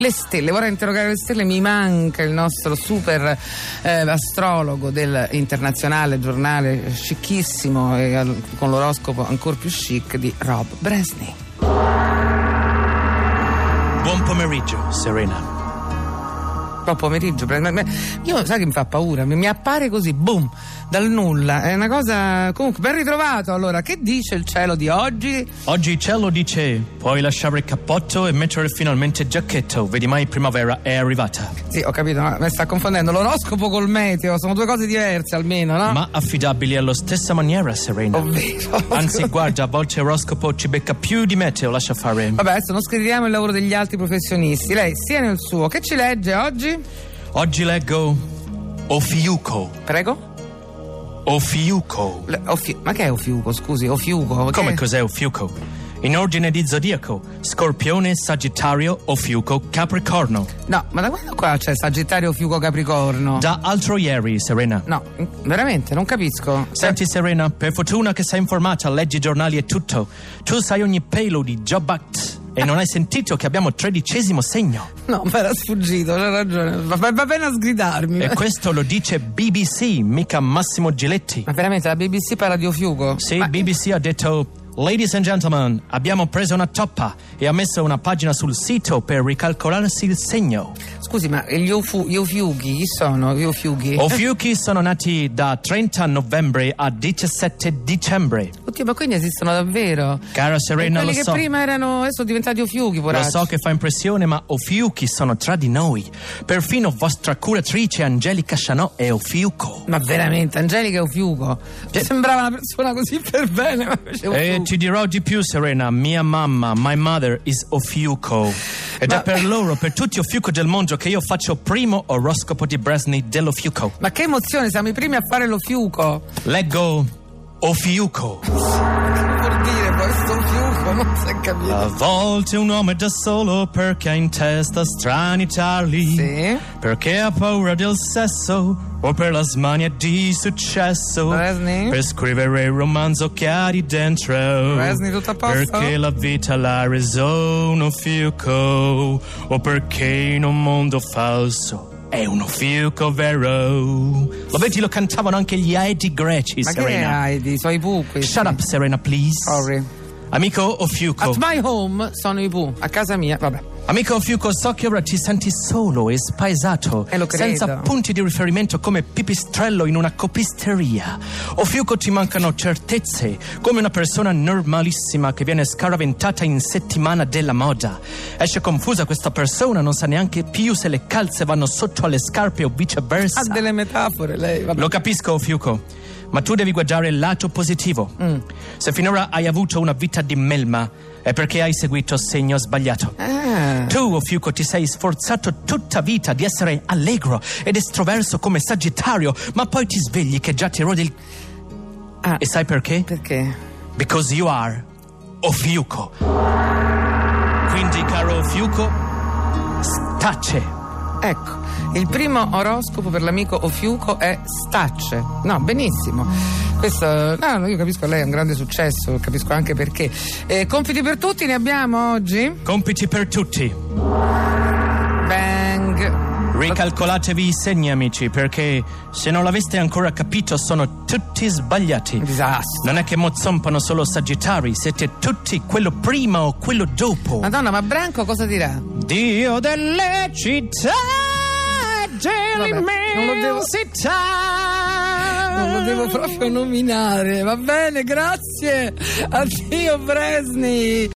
Le stelle, vorrei interrogare le stelle, mi manca il nostro super astrologo del internazionale giornale scicchissimo e con l'oroscopo ancora più chic di Rob Bresney. Buon pomeriggio, Serena. Buon pomeriggio, io sai che mi fa paura, mi appare così, boom, dal nulla, è una cosa. Comunque ben ritrovato. Allora, che dice il cielo di oggi? Oggi il cielo dice: puoi lasciare il cappotto e mettere finalmente il giacchetto, vedi mai primavera è arrivata. Sì, ho capito, ma mi sta confondendo l'oroscopo col meteo, sono due cose diverse almeno, no? Ma affidabili alla stessa maniera, Serena. Ovvero. Anzi, guarda, a volte l'oroscopo ci becca più di meteo, lascia fare. Vabbè, adesso non scriviamo il lavoro degli altri professionisti, lei sia nel suo. Che ci legge oggi? Oggi leggo Ofiuco. Prego? Ofiuco. Ma che è Ofiuco, scusi? Ofiuco? Come cos'è Ofiuco? In ordine di zodiaco: Scorpione, Sagittario, Ofiuco, Capricorno. No, ma da quando qua c'è Sagittario, Ofiuco, Capricorno? Da altro ieri, Serena. No, veramente, non capisco. Senti, Serena, per fortuna che sei informata, leggi i giornali e tutto. Tu sai ogni pelo di Job Act e non hai sentito che abbiamo 13° segno. No, ma era sfuggito, c'ha ragione. Va bene a sgridarmi. E questo lo dice BBC, mica Massimo Giletti. Ma veramente la BBC parla di Ofiuco? Sì, BBC ha detto: Ladies and gentlemen, abbiamo preso una toppa e ha messo una pagina sul sito per ricalcolarsi il segno. Scusi, ma gli Ofiuchi, chi sono gli Ofiuchi? Ofiuchi sono nati da 30 novembre a 17 dicembre. Oddio, ma quindi esistono davvero? Cara Serena, quelli lo so. Che prima erano, adesso sono diventati Ofiuchi, poracci. Lo so che fa impressione, ma Ofiuchi sono tra di noi. Perfino vostra curatrice Angelica Chanò è Ofiuco. Ma veramente, Angelica è Ofiuco? Sembrava una persona così per bene, ma invece è Ofiuco. E ti dirò di più, Serena, mia mamma, my mother is Ofiuco. Ed è per loro, per tutti Ofiuco del mondo, che io faccio primo oroscopo di Bresney dell'Ofiuco. Ma che emozione, siamo i primi a fare l'Ofiuco. Leggo Ofiuco. Che vuol dire questo Ofiuco? Non si è capito. A volte un uomo è da solo perché ha in testa strani tarli. Sì. Perché ha paura del sesso o per la smania di successo. Bresney? Per scrivere il romanzo che ha di dentro. Bresney, tutto a posto? Perché la vita l'ha reso un Ofiuco. O perché in un mondo falso è un Ofiuco vero. Lo vedi, lo cantavano anche gli Aedi greci, Ma Serena. che Aedi? Sono i Pooh questi. Shut up, Serena, please. Sorry. Amico Ofiuco. At my home sono i Pooh, a casa mia, vabbè. Amico Ofiuco, so che ora ti senti solo e spaesato, lo credo. senza punti di riferimento come pipistrello in una copisteria. Ofiuco, ti mancano certezze, come una persona normalissima che viene scaraventata in settimana della moda. Esce confusa questa persona, non sa neanche più se le calze vanno sotto alle scarpe o viceversa. Ha delle metafore lei, vabbè. Lo capisco, Ofiuco, ma tu devi guardare il lato positivo. Se finora hai avuto una vita di melma, è perché hai seguito il segno sbagliato. Tu, Ofiuco, ti sei sforzato tutta vita di essere allegro ed estroverso come Sagittario, ma poi ti svegli che già ti rodi il... E sai perché? Perché? Because you are Ofiuco. Quindi, caro Ofiuco, stacce. Ecco, il primo oroscopo per l'amico Ofiuco è stacce. No, benissimo. Questo, no, io capisco, lei è un grande successo, capisco anche perché. Compiti per tutti ne abbiamo oggi? Compiti per tutti. Bang. Ricalcolatevi i segni, amici, perché se non l'aveste ancora capito sono tutti sbagliati. Disastro. Non è che mozzompano solo Sagittari, siete tutti quello prima o quello dopo. Madonna, ma Branco cosa dirà? Dio delle città e dell'immensità. Non lo devo proprio nominare, va bene, grazie. Addio Bresney.